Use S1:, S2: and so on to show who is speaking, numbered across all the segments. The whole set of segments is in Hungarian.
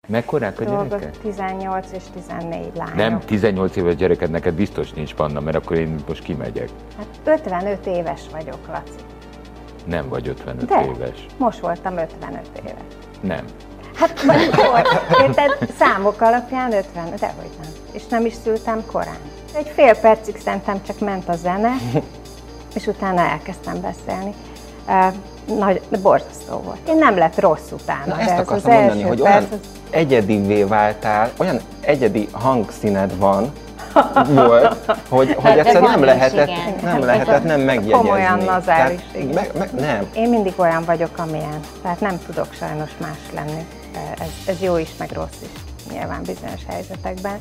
S1: Mekkorák a gyerekek?
S2: 18 és 14 lányok.
S1: Nem, 18 éves gyereked neked biztos nincs, Panna, mert akkor én most kimegyek.
S2: Hát 55 éves vagyok, Laci.
S1: Nem vagy 55
S2: De,
S1: éves.
S2: most voltam 55 éves.
S1: Nem.
S2: Hát mikor? Érted? Számok alapján 50, dehogy nem. És nem is szültem korán. Egy fél percig szerintem csak ment a zene, és utána elkezdtem beszélni. Borzasztó volt. Én nem lett rossz utána.
S3: Na, ezt akartam mondani, hogy olyan egyedivé váltál, olyan egyedi hangszíned volt, hogy egyszerűen nem lehetett nem megjegyezni.
S2: Komolyan nazális,
S3: nem.
S2: Én mindig olyan vagyok, amilyen. Tehát nem tudok sajnos más lenni. Ez jó is, meg rossz is, nyilván bizonyos helyzetekben.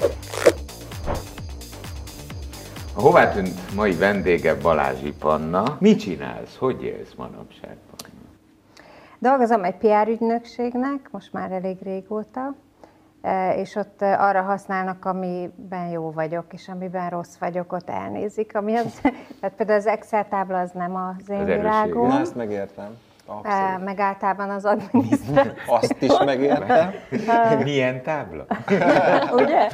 S1: A hová tűnt mai vendége Balázsi Panna. Mit csinálsz? Hogy élsz manapság, Panna?
S2: Dolgozom egy PR ügynökségnek, most már elég régóta, és ott arra használnak, amiben jó vagyok, és amiben rossz vagyok, ott elnézik. Tehát például az Excel tábla az nem az én világom.
S3: Na, ezt megértem. Abszolút.
S2: Meg általában az adminisztráció.
S3: Azt is megértem.
S1: Milyen tábla?
S2: Ugye?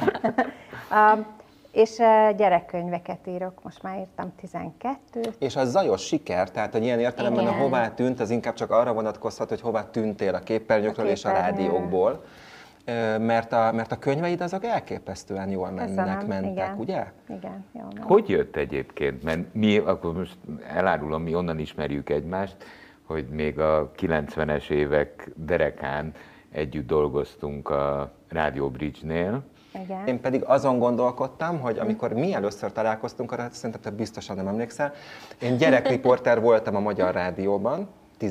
S2: És gyerekkönyveket írok, most már írtam 12-t.
S3: És az zajos siker, tehát hogy ilyen értelemben a hová tűnt, az inkább csak arra vonatkozhat, hogy hová tűntél a képernyőkről és a rádiókból. Mert a könyveid azok elképesztően jól mentek,
S2: igen.
S3: ugye?
S2: Igen, jól mennek.
S1: Hogy jött egyébként? Mert mi, akkor most elárulom, mi onnan ismerjük egymást, hogy még a 90-es évek derekán együtt dolgoztunk a Rádió Bridge-nél.
S2: Igen.
S3: Én pedig azon gondolkodtam, hogy amikor mi először találkoztunk, arra szerintem te biztosan nem emlékszel, én gyerekriporter voltam a Magyar Rádióban,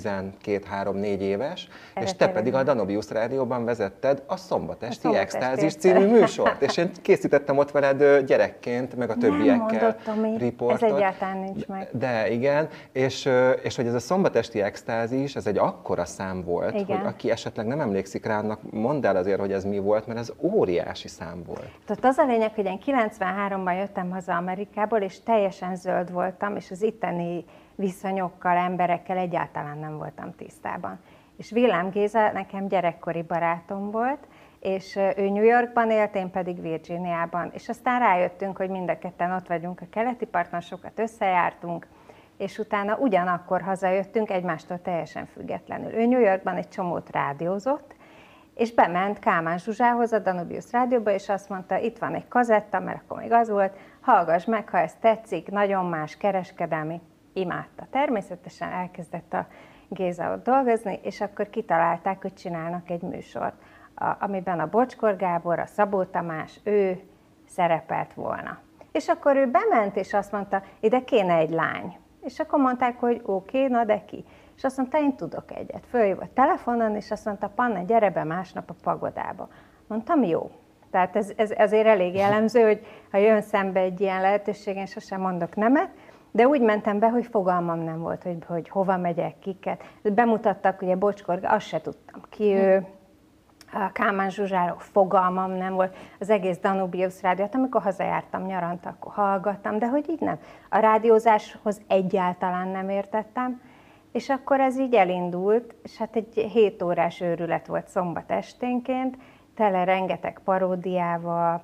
S3: 12-3-4 éves, és te pedig a Danubius Rádióban vezetted a Szombatesti Extázis című műsort. És én készítettem ott veled gyerekként, meg a többiekkel riportot.
S2: Ez egyáltalán nincs meg.
S3: De igen, és hogy ez a Szombatesti Extázis, ez egy akkora szám volt,
S2: igen.
S3: hogy aki esetleg nem emlékszik rá, annak mondd el azért, hogy ez mi volt, mert ez óriási szám volt.
S2: Tehát az a lényeg, hogy én 93-ban jöttem haza Amerikából, és teljesen zöld voltam, és az itteni viszonyokkal, emberekkel egyáltalán nem voltam tisztában. És Villám Géza nekem gyerekkori barátom volt, és ő New Yorkban élt, én pedig Virginiában. És aztán rájöttünk, hogy mind a ketten ott vagyunk a keleti parton, sokat összejártunk, és utána ugyanakkor hazajöttünk egymástól teljesen függetlenül. Ő New Yorkban egy csomót rádiózott, és bement Kálmán Zsuzsához a Danubius Rádióba, és azt mondta, itt van egy kazetta, mert akkor még az volt, hallgass meg, ha ez tetszik, nagyon más kereskedelmi. Imádta. Természetesen elkezdett a Géza ott dolgozni, és akkor kitalálták, hogy csinálnak egy műsort, amiben a Bocskor Gábor, a Szabó Tamás, ő szerepelt volna. És akkor ő bement, és azt mondta, ide kéne egy lány. És akkor mondták, hogy oké, na de ki? És azt mondta, én tudok egyet. Fölhívott telefonon, és azt mondta, Panna, gyere be másnap a pagodába. Mondtam, jó. Tehát ez azért elég jellemző, hogy ha jön szembe egy ilyen lehetőség, én sosem mondok nemet, de úgy mentem be, hogy fogalmam nem volt, hogy hova megyek, kiket. Bemutattak, ugye Bocskor, azt se tudtam ki ő, a Kálmán Zsuzsáról fogalmam nem volt, az egész Danubius Rádiót, amikor hazajártam nyaranta, akkor hallgattam, de hogy így nem. A rádiózáshoz egyáltalán nem értettem, és akkor ez így elindult, és hát egy 7 órás őrület volt szombat esténként, tele rengeteg paródiával,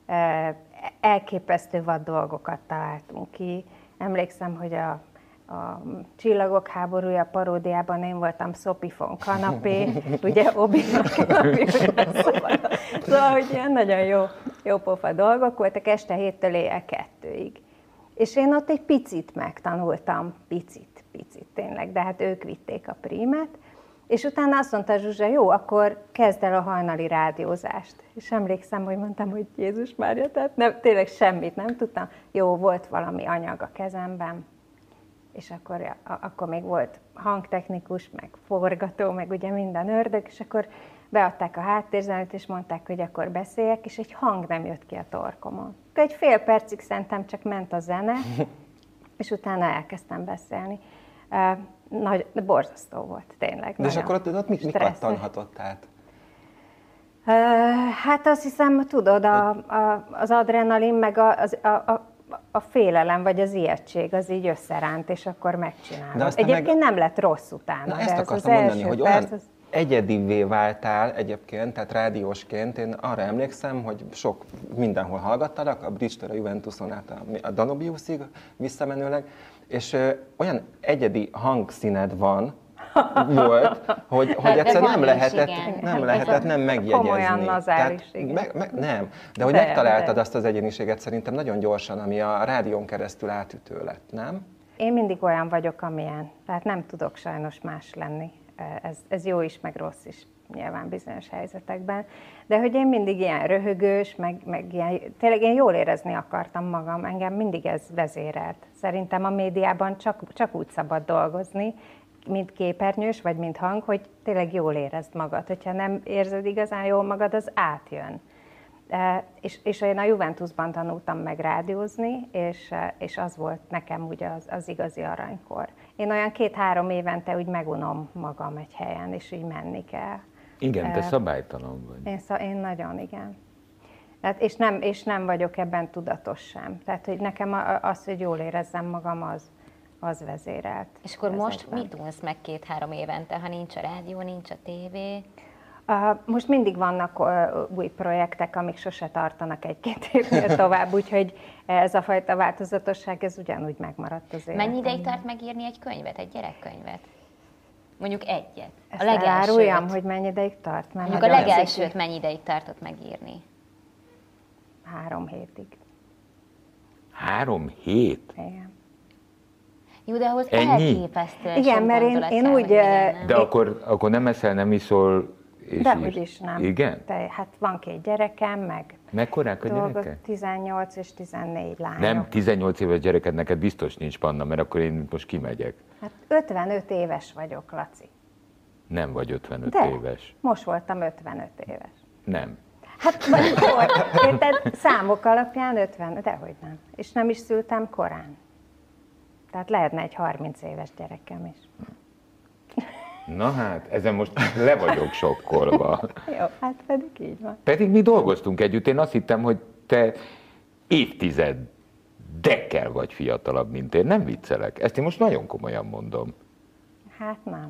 S2: elképesztő vad dolgokat találtunk ki. Emlékszem, hogy a Csillagok háborúja paródiában én voltam Sophie von Kanapé, ugye Obi-Wan Szóval, hogy ilyen nagyon jó pofa dolgok voltak este 7-től éjjel 2-ig. És én ott egy picit megtanultam, picit tényleg, de hát ők vitték a prímet, és utána azt mondta Zsuzsa, jó, akkor kezd el a hajnali rádiózást. És emlékszem, hogy mondtam, hogy Jézus Mária, tehát nem, tényleg semmit nem tudtam. Jó, volt valami anyag a kezemben, és akkor még volt hangtechnikus, meg forgató, meg ugye minden ördög, és akkor beadták a háttérzenét, és mondták, hogy akkor beszéljek, és egy hang nem jött ki a torkomon. Egy fél percig szerintem csak ment a zene, és utána elkezdtem beszélni. Borzasztó volt, tényleg.
S3: De és akkor ott mikat tanhatott át?
S2: Hát azt hiszem, tudod, az adrenalin, meg a félelem, vagy az ijegység, az így összeránt, és akkor megcsinálod. Egyébként nem lett rossz utána.
S3: Na ezt akartam mondani, hogy egyedivé váltál egyébként, tehát rádiósként. Én arra emlékszem, hogy sok mindenhol hallgattalak, a Bridge-től a Juventuson át a Danubiusig visszamenőleg, és olyan egyedi hangszíned volt, hogy egyszerűen nem lehetett nem megjegyezni.
S2: Komolyan nazális, igen.
S3: Nem, de hogy megtaláltad azt az egyéniséget szerintem nagyon gyorsan, ami a rádión keresztül átütő lett, nem?
S2: Én mindig olyan vagyok, amilyen. Tehát nem tudok sajnos más lenni. Ez jó is, meg rossz is nyilván bizonyos helyzetekben. De hogy én mindig ilyen röhögős, meg ilyen, tényleg én jól érezni akartam magam, engem mindig ez vezérelt. Szerintem a médiában csak úgy szabad dolgozni, mint képernyős, vagy mint hang, hogy tényleg jól érezd magad. Hogyha nem érzed igazán jól magad, az átjön. És én a Juventusban tanultam meg rádiózni, és az volt nekem úgy az igazi aranykor. Én olyan 2-3 évente úgy megunom magam egy helyen, és így menni kell.
S1: Igen, te szabálytalan vagy.
S2: Én nagyon, igen. Tehát, és nem vagyok ebben tudatos sem. Tehát, hogy nekem az, hogy jól érezzem magam, az vezérelt.
S4: És akkor most mit unsz meg 2-3 évente, ha nincs a rádió, nincs a tévé?
S2: Most mindig vannak új projektek, amik sose tartanak 1-2 évnél tovább, úgyhogy ez a fajta változatosság, ez ugyanúgy megmaradt az életemben.
S4: Mennyi ideig tart megírni egy könyvet, egy gyerekkönyvet? Mondjuk egyet.
S2: Ezt eláruljam, hogy mennyi ideig tart?
S4: Mondjuk a legelsőt mennyi ideig tartott megírni?
S2: 3 hétig.
S1: 3 hét?
S2: Igen.
S4: Jó, de ahhoz
S1: ennyi?
S4: elképesztően
S2: Igen, mert én úgy...
S1: De akkor nem eszel, nem iszol, és
S2: dehogy is nem.
S1: Igen?
S2: Hát van 2 gyerekem, meg...
S1: Mekkorák a gyerekek?
S2: 18 és 14 lányok.
S1: Nem, 18 éves gyereked neked biztos nincs, Panna, mert akkor én most kimegyek.
S2: Hát 55 éves vagyok, Laci.
S1: Nem vagy 55
S2: De,
S1: éves.
S2: most voltam 55 éves.
S1: Nem.
S2: Hát vagy érted, számok alapján 50, dehogy nem. És nem is szültem korán. Tehát lehetne egy 30 éves gyerekem is.
S1: Na hát, ezen most le vagyok sokkolva.
S2: Jó, hát pedig így van.
S1: Pedig mi dolgoztunk együtt, én azt hittem, hogy te évtizedekkel vagy fiatalabb, mint én. Nem viccelek. Ezt én most nagyon komolyan mondom.
S2: Hát nem.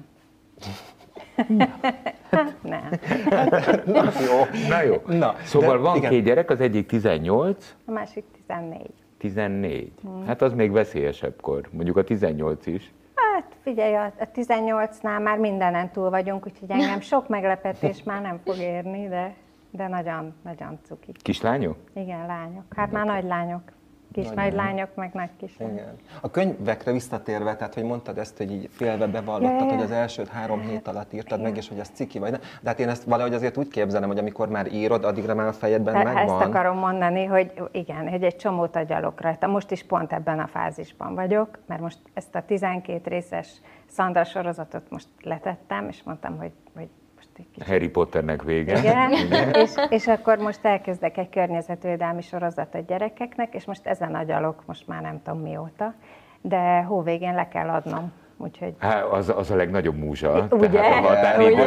S2: Hát nem.
S1: Na jó.
S3: Na,
S1: szóval van
S3: igen.
S1: 2 gyerek, az egyik 18,
S2: A másik 14.
S1: 14. Hát az még veszélyesebb kor. Mondjuk a 18 is.
S2: Hát figyelj, a 18-nál már mindenen túl vagyunk, úgyhogy engem sok meglepetés már nem fog érni, de nagyon, nagyon cuki.
S1: Kislányok?
S2: Igen, lányok. Hát már nagy lányok. Nagy lányok, meg nagy kislányok.
S3: Igen. A könyvekre visszatérve, tehát hogy mondtad ezt, hogy így félve bevallottad, hogy az elsőt 3 hét alatt írtad meg, és hogy az ciki vagy. De hát én ezt valahogy azért úgy képzelem, hogy amikor már írod, addigra már a fejedben megvan.
S2: Ezt akarom mondani, hogy igen, hogy egy csomót agyalok rajta. Most is pont ebben a fázisban vagyok, mert most ezt a 12 részes Szandra sorozatot most letettem, és mondtam, hogy most egy kicsit...
S1: Harry Potternek vége.
S2: Igen, és akkor most elkezdek egy környezetvédelmi sorozatot gyerekeknek, és most ezen agyalok, most már nem tudom mióta, de hóvégén le kell adnom. Úgyhogy...
S1: Hát az a legnagyobb múzsa.
S2: Ugye?
S1: Tehát a határidő.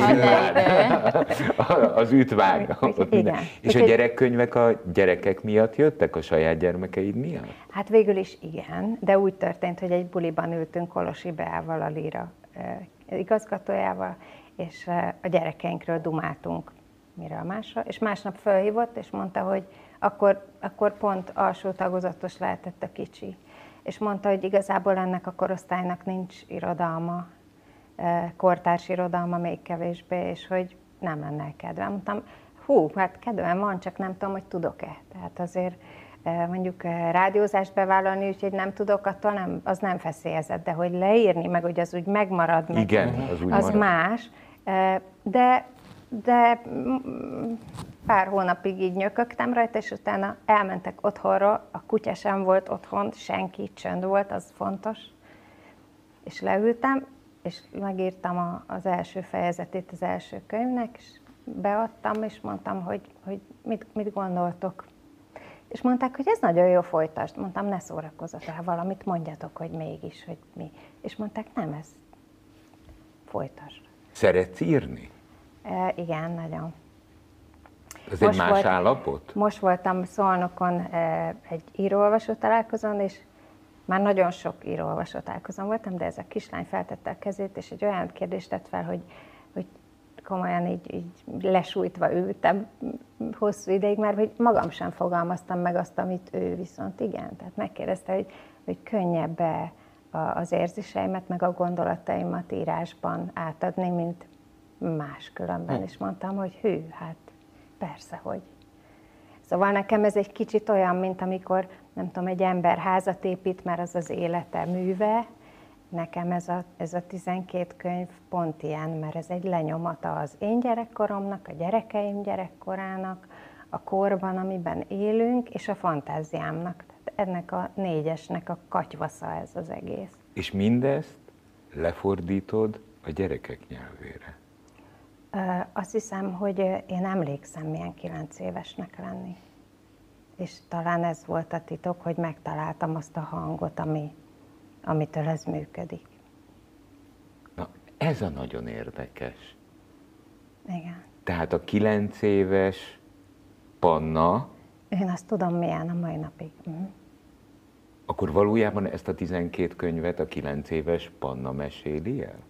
S4: Ugye?
S1: Az ütvág.
S2: Igen.
S1: És a gyerekkönyvek a gyerekek miatt jöttek, a saját gyermekeid miatt?
S2: Hát végül is igen, de úgy történt, hogy egy buliban ültünk Kolosi Beával, a Líra igazgatójával, és a gyerekeinkről dumáltunk miről másra, és másnap felhívott, és mondta, hogy akkor pont alsó tagozatos lehetett a kicsi. És mondta, hogy igazából ennek a korosztálynak nincs irodalma, kortárs irodalma még kevésbé, és hogy nem lenne kedvem. Mondtam, hát kedvem van, csak nem tudom, hogy tudok-e. Tehát azért mondjuk rádiózást bevállalni, úgyhogy nem tudok, attól az nem feszélyezett, de hogy leírni, meg hogy az úgy megmarad, meg
S1: igen,
S2: az más. De pár hónapig így nyökögtem rajta, és utána elmentek otthonra, a kutya sem volt otthon, senki, csönd volt, az fontos. És leültem, és megírtam az első fejezetét az első könyvnek, és beadtam, és mondtam, hogy mit gondoltok. És mondták, hogy ez nagyon jó, folytasd. Mondtam, ne szórakozzatok el valamit, mondjatok, hogy mégis, hogy mi. És mondták, nem, ez folytasd.
S1: Szeretsz írni?
S2: Igen, nagyon.
S1: Ez egy más állapot?
S2: Most voltam Szolnokon egy író-olvasó találkozón, és már nagyon sok író-olvasó találkozón voltam, de ez a kislány feltette a kezét, és egy olyan kérdést tett fel, hogy komolyan így lesújtva ültem hosszú ideig, mert hogy magam sem fogalmaztam meg azt, amit ő viszont igen. Tehát megkérdezte, hogy könnyebb-e az érzéseimet, meg a gondolataimat írásban átadni, mint máskülönben. És mondtam, hogy hű, hát persze, hogy. Szóval nekem ez egy kicsit olyan, mint amikor, nem tudom, egy ember házat épít, mert az az élete műve. Nekem ez a 12 könyv pont ilyen, mert ez egy lenyomata az én gyerekkoromnak, a gyerekeim gyerekkorának, a korban, amiben élünk, és a fantáziámnak. Tehát ennek a 4-esnek a katyvasza ez az egész.
S1: És mindezt lefordítod a gyerekek nyelvére?
S2: Azt hiszem, hogy én emlékszem, milyen 9 évesnek lenni. És talán ez volt a titok, hogy megtaláltam azt a hangot, amitől ez működik.
S1: Na, ez a nagyon érdekes.
S2: Igen.
S1: Tehát a 9 éves Panna,
S2: Én azt tudom, milyen a mai napig.
S1: akkor valójában ezt a 12 könyvet a 9 éves Panna meséli el?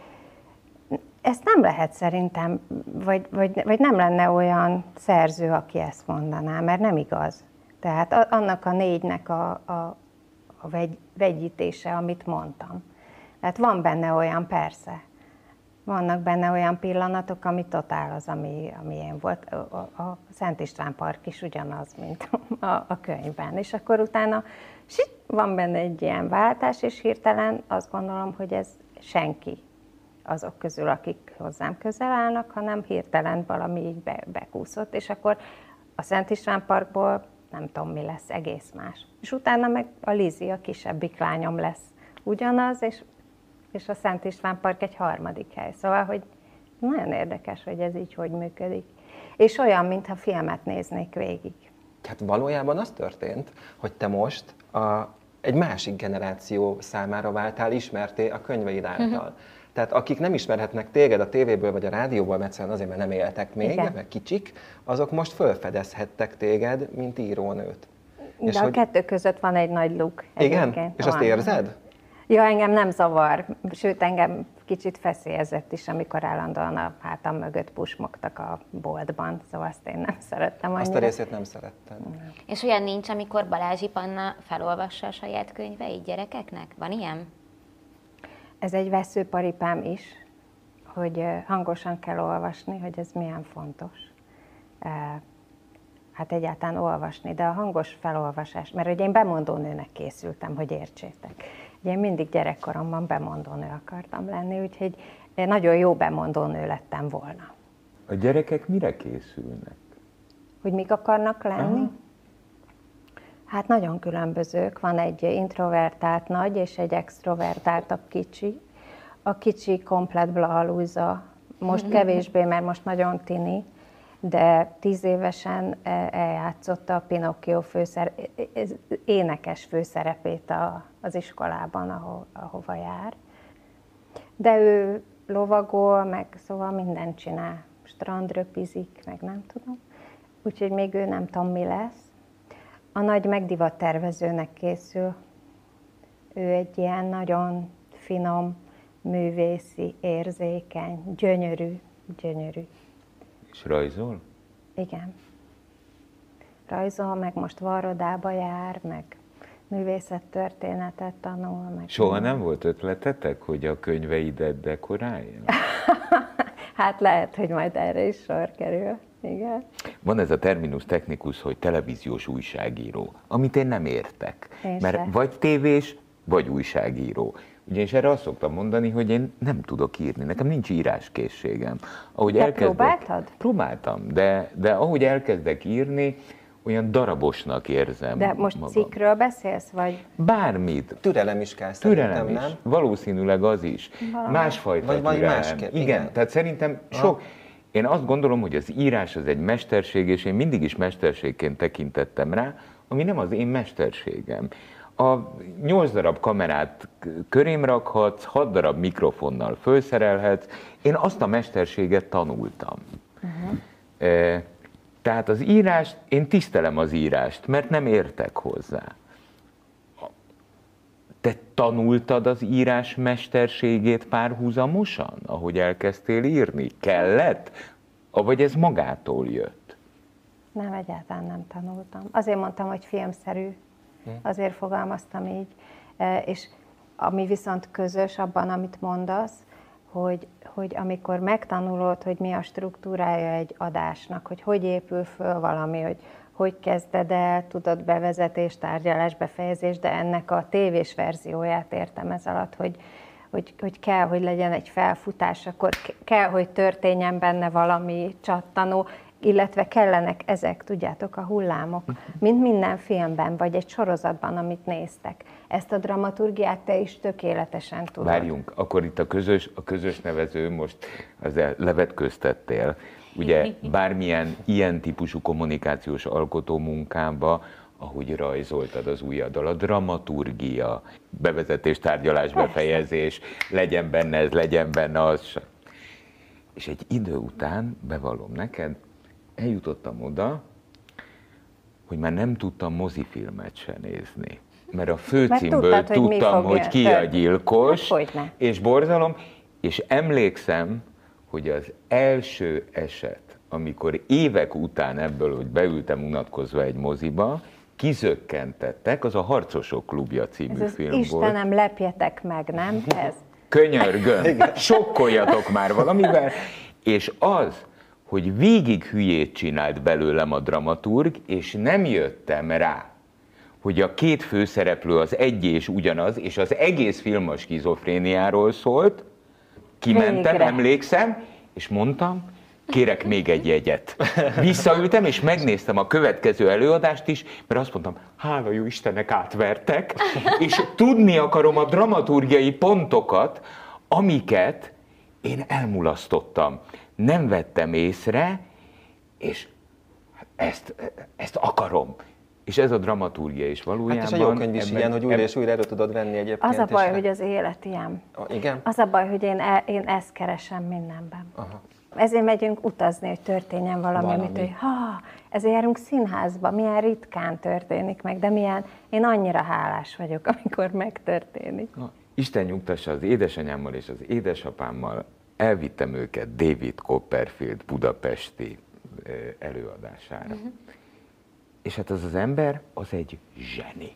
S2: Ezt nem lehet szerintem, vagy nem lenne olyan szerző, aki ezt mondaná, mert nem igaz. Tehát annak a 4-nek a vegyítése, amit mondtam. Tehát van benne olyan, persze. Vannak benne olyan pillanatok, ami totál az, ami én volt. A Szent István Park is ugyanaz, mint a könyvben. És akkor utána van benne egy ilyen váltás, és hirtelen azt gondolom, hogy ez senki azok közül, akik hozzám közel állnak, hanem hirtelen valami így bekúszott, és akkor a Szent István Parkból nem tudom, mi lesz, egész más. És utána meg a Lizi, a kisebbik lányom lesz ugyanaz, és a Szent István Park egy harmadik hely. Szóval, hogy nagyon érdekes, hogy ez így hogy működik. És olyan, mintha filmet néznék végig.
S3: Hát valójában az történt, hogy te most egy másik generáció számára váltál ismerté a könyveid által. Tehát akik nem ismerhetnek téged a tévéből vagy a rádióból, mert egyszerűen azért, mert nem éltek még, mert kicsik, azok most fölfedezhettek téged, mint írónőt.
S2: De
S3: és
S2: a kettő között van egy nagy luk.
S3: Igen? És azt érzed?
S2: Ja, engem nem zavar, sőt engem kicsit feszélyezett is, amikor állandóan a hátam mögött pusmogtak a boltban, szóval azt én nem szerettem annyira.
S3: Azt a részét nem szeretted.
S4: És olyan nincs, amikor Balázsi Panna felolvassa a saját könyveit gyerekeknek? Van ilyen?
S2: Ez egy veszőparipám is, hogy hangosan kell olvasni, hogy ez milyen fontos. Hát egyáltalán olvasni, de a hangos felolvasás, mert ugye én bemondónőnek készültem, hogy értsétek. Ugye én mindig gyerekkoromban bemondónő akartam lenni, úgyhogy nagyon jó bemondónő lettem volna.
S1: A gyerekek mire készülnek?
S2: Hogy mik akarnak lenni? Aha. Hát nagyon különbözők. Van egy introvertált nagy és egy extrovertáltabb kicsi. A kicsi komplett blahalúza. Most kevésbé, mert most nagyon tini, de 10 évesen eljátszotta a Pinocchio énekes főszerepét az iskolában, ahova jár. De ő lovagol, meg szóval mindent csinál. Strandröpizik, meg nem tudom. Úgyhogy még ő nem tudom, mi lesz. A nagy megdivattervezőnek készül. Ő egy ilyen nagyon finom, művészi, érzékeny, gyönyörű.
S1: És rajzol?
S2: Igen. Rajzol, meg most varrodába jár, meg művészettörténetet tanul. Meg
S1: Soha nem volt ötletetek, hogy a könyveidet dekorálja?
S2: Hát lehet, hogy majd erre is sor kerül. Igen.
S1: Van ez a terminus technikus, hogy televíziós újságíró, amit én nem értek.
S2: Én
S1: Mert
S2: se.
S1: vagy tévés, vagy újságíró. Ugyanis erre azt szoktam mondani, hogy én nem tudok írni, nekem nincs íráskészségem. Ahogy
S2: próbáltad?
S1: Próbáltam, de ahogy elkezdek írni, olyan darabosnak érzem
S2: De most
S1: magam.
S2: cikkről beszélsz, vagy?
S1: Bármit.
S3: Türelem is kell szerintem,
S1: Türelem is.
S3: nem?
S1: Valószínűleg az is. Másfajta
S3: Vagy
S1: türelem.
S3: másképp,
S1: Igen,
S3: igen.
S1: tehát szerintem sok... Én azt gondolom, hogy az írás az egy mesterség, és én mindig is mesterségként tekintettem rá, ami nem az én mesterségem. A 8 darab kamerát körém rakhatsz, 6 darab mikrofonnal felszerelhetsz. Én azt a mesterséget tanultam. Tehát az írást, én tisztelem az írást, mert nem értek hozzá. tanultad az írás mesterségét párhuzamosan, ahogy elkezdtél írni? Kellett? Vagy ez magától jött?
S2: Nem, egyáltalán nem tanultam. Azért mondtam, hogy filmszerű. Azért fogalmaztam így. És ami viszont közös abban, amit mondasz, hogy amikor megtanulod, hogy mi a struktúrája egy adásnak, hogy épül föl valami, hogy kezded el, tudod, bevezetés, tárgyalás, befejezés, de ennek a tévés verzióját értem ez alatt, hogy kell, hogy legyen egy felfutás, akkor kell, hogy történjen benne valami csattanó, illetve kellenek ezek, tudjátok, a hullámok, mint minden filmben, vagy egy sorozatban, amit néztek. Ezt a dramaturgiát te is tökéletesen tudod.
S1: Várjunk, akkor itt a közös nevező, most levetköztettél, ugye bármilyen ilyen típusú kommunikációs alkotó munkába, ahogy rajzoltad az ujjaddal, a dramaturgia, bevezetés, tárgyalás, befejezés, legyen benne ez, legyen benne az. És egy idő után, bevallom neked, eljutottam oda, hogy már nem tudtam mozifilmet se nézni. Mert a főcímből tudtam, hogy ki a gyilkos, és borzalom, és emlékszem, hogy az első eset, amikor évek után ebből, hogy beültem unatkozva egy moziba, kizökkentettek, az a Harcosok klubja című film volt.
S2: Istenem, lepjetek meg, nem ez?
S1: Könyörgöm, sokkoljatok már valamivel, és az, hogy végig hülyét csinált belőlem a dramaturg, és nem jöttem rá, hogy a két főszereplő az egy és ugyanaz, és az egész film a skizofréniáról szólt, kimentem, emlékszem, és mondtam, kérek még egy jegyet. Visszaültem, és megnéztem a következő előadást is, mert azt mondtam, hála jó Istennek, átvertek, és tudni akarom a dramaturgiai pontokat, amiket én elmulasztottam. Nem vettem észre, és ezt akarom. És ez a dramaturgia is valójában.
S3: Hát és a jó könyv is ilyen, hogy újra és újra elő tudod venni egyébként.
S2: Az a baj, hogy az élet ilyen.
S3: Igen?
S2: Az a baj, hogy én ezt keresem mindenben. Aha. Ezért megyünk utazni, hogy történjen valami. Amit, hogy ezért járunk színházba, milyen ritkán történik meg, de én annyira hálás vagyok, amikor megtörténik.
S1: Isten nyugtassa, az édesanyámmal és az édesapámmal elvittem őket David Copperfield budapesti előadására. És hát az ember, az egy zseni.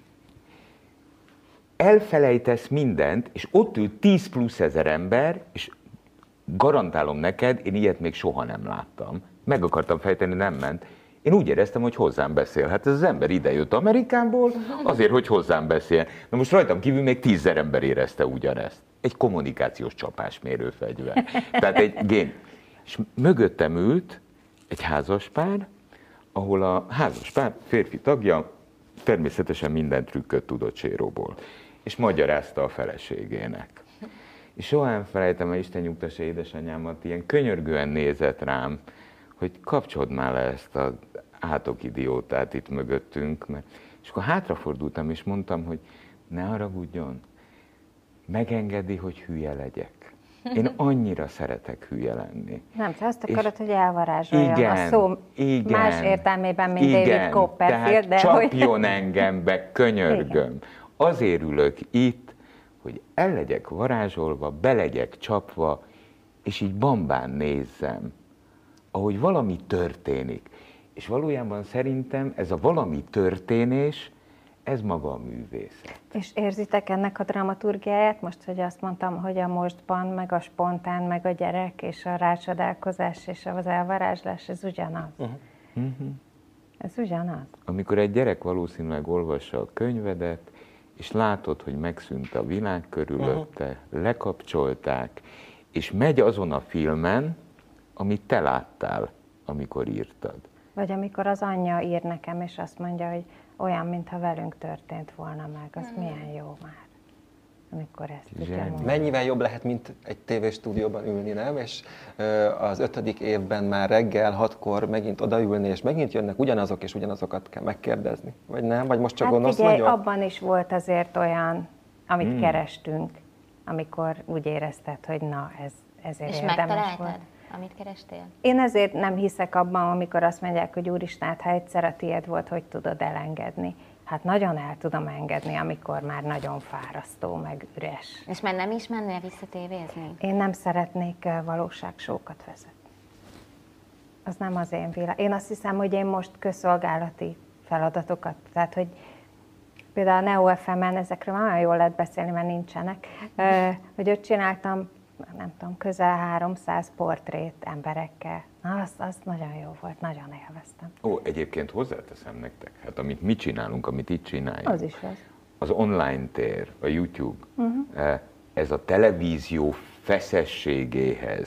S1: Elfelejtesz mindent, és ott ül 10 plusz ezer ember, és garantálom neked, én ilyet még soha nem láttam. Meg akartam fejteni, nem ment. Én úgy éreztem, hogy hozzám beszél. Hát ez az ember idejött Amerikából, azért, hogy hozzám beszél. Na most rajtam kívül még 10 000 ember érezte ugyanezt. Egy kommunikációs csapásmérőfegyver. Tehát egy gén. És mögöttem ült egy házaspár, ahol a házaspár férfi tagja természetesen minden trükköt tudott séróból, és magyarázta a feleségének. És soha nem felejtem el, Isten nyugtassa édesanyámat, ilyen könyörgően nézett rám, hogy kapcsold már le ezt az átokidiótát itt mögöttünk, és akkor hátrafordultam, és mondtam, hogy ne haragudjon, megengedi, hogy hülye legyek. Én annyira szeretek hülye lenni.
S2: Nem, te azt akarod, hogy elvarázsoljon a szó más értelmében, mint David Copperfield, de
S1: csapjon engem be, könyörgöm. Igen. Azért ülök itt, hogy el legyek varázsolva, be legyek csapva, és így bambán nézzem, ahogy valami történik. És valójában szerintem ez a valami történés, ez maga a művészet.
S2: És érzitek ennek a dramaturgiáját? Most, hogy azt mondtam, hogy a mostban, meg a spontán, meg a gyerek, és a rácsodálkozás, és az elvarázslás, ez ugyanaz. Ez ugyanaz.
S1: Amikor egy gyerek valószínűleg olvassa a könyvedet, és látod, hogy megszűnt a világ körülötte, lekapcsolták, és megy azon a filmen, amit te láttál, amikor írtad.
S2: Vagy amikor az anyja ír nekem, és azt mondja, hogy olyan, mintha velünk történt volna meg, az milyen jó már, amikor ezt tudja mondani.
S3: Mennyivel jobb lehet, mint egy tévéstúdióban ülni, nem? És az 5. évben már reggel 6-kor megint odaülni, és megint jönnek ugyanazok, és ugyanazokat kell megkérdezni. Vagy nem? Vagy most csak gondolsz
S2: nagyon? Abban is volt azért olyan, amit kerestünk, amikor úgy érezted, hogy na, ezért
S4: és
S2: érdemes volt.
S4: Amit kerestél?
S2: Én ezért nem hiszek abban, amikor azt mondják, hogy úristen, ha egyszer a tiéd volt, hogy tudod elengedni. hát nagyon el tudom engedni, amikor már nagyon fárasztó, meg üres.
S4: És már nem is mennél vissza tévézni?
S2: Én nem szeretnék valóságsókat vezetni. Az nem az én világ. Én azt hiszem, hogy én most közszolgálati feladatokat, tehát hogy például a Neo FM-en ezekről nagyon jól lehet beszélni, mert nincsenek, hogy ott csináltam, nem tudom, közel 300 portrét emberekkel. Na, az nagyon jó volt, nagyon élveztem.
S1: Ó, egyébként hozzáteszem nektek, hát amit mi csinálunk, amit itt csináljuk.
S2: Az is az.
S1: Az online tér, a YouTube, ez a televízió feszességéhez,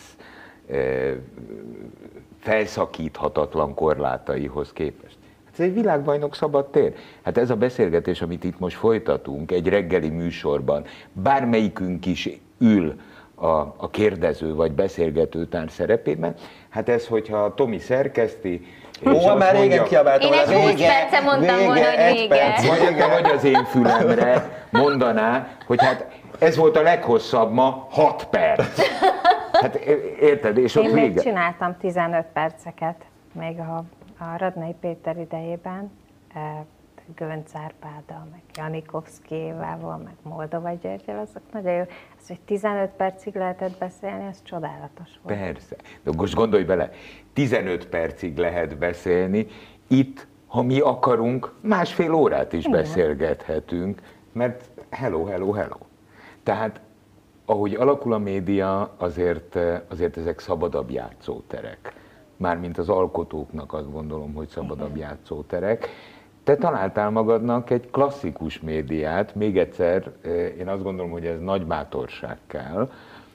S1: felszakíthatatlan korlátaihoz képest. Hát ez egy világbajnok szabad tér. Hát ez a beszélgetés, amit itt most folytatunk, egy reggeli műsorban, bármelyikünk is ül a kérdező vagy beszélgetőtár szerepében, hát ez, hogyha Tomi szerkeszti,
S3: már régen kiabáltam.
S4: Én egy 20 perce mondtam volna, hogy vége.
S1: Vagy az én fülemre mondaná, hogy hát ez volt a leghosszabb ma, 6 perc. Hát érted, és ott
S2: Én még
S1: vége.
S2: csináltam 15 perceket, még a Radnai Péter idejében, Gönc Árpáddal, meg Janikovszkijévával, meg Moldova Györgyel, azok nagyon jó. Az, hogy 15 percig lehetett beszélni, ez csodálatos volt.
S1: Persze. De most gondolj bele, 15 percig lehet beszélni, itt, ha mi akarunk, másfél órát is beszélgethetünk, mert hello, hello, hello. Tehát, ahogy alakul a média, azért ezek szabadabb játszóterek. Mármint az alkotóknak azt gondolom, hogy szabadabb játszóterek. Te találtál magadnak egy klasszikus médiát, még egyszer, én azt gondolom, hogy ez nagy bátorság kell,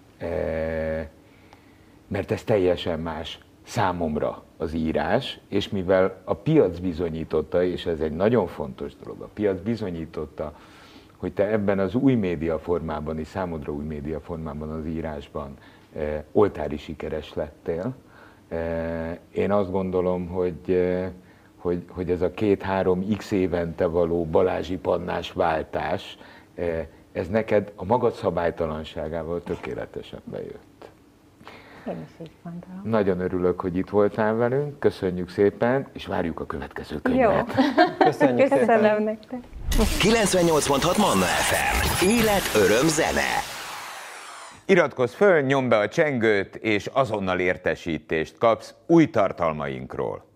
S1: mert ez teljesen más számomra az írás, és mivel a piac bizonyította, és ez egy nagyon fontos dolog, a piac bizonyította, hogy te ebben az új média formában, és számodra új média formában az írásban oltári sikeres lettél. Én azt gondolom, hogy ez a 2-3 x évente való Balázsi Pannás váltás, ez neked a magad szabálytalanságával tökéletesen bejött.
S2: Én is így gondolom.
S1: Nagyon örülök, hogy itt voltál velünk, köszönjük szépen, és várjuk a következő könyvet.
S2: Jó.
S3: Köszönjük szépen.
S2: Köszönöm nektek.
S5: 98.6 Manna FM. Élet, öröm, zene.
S1: Iratkozz föl, nyomd be a csengőt, és azonnal értesítést kapsz új tartalmainkról.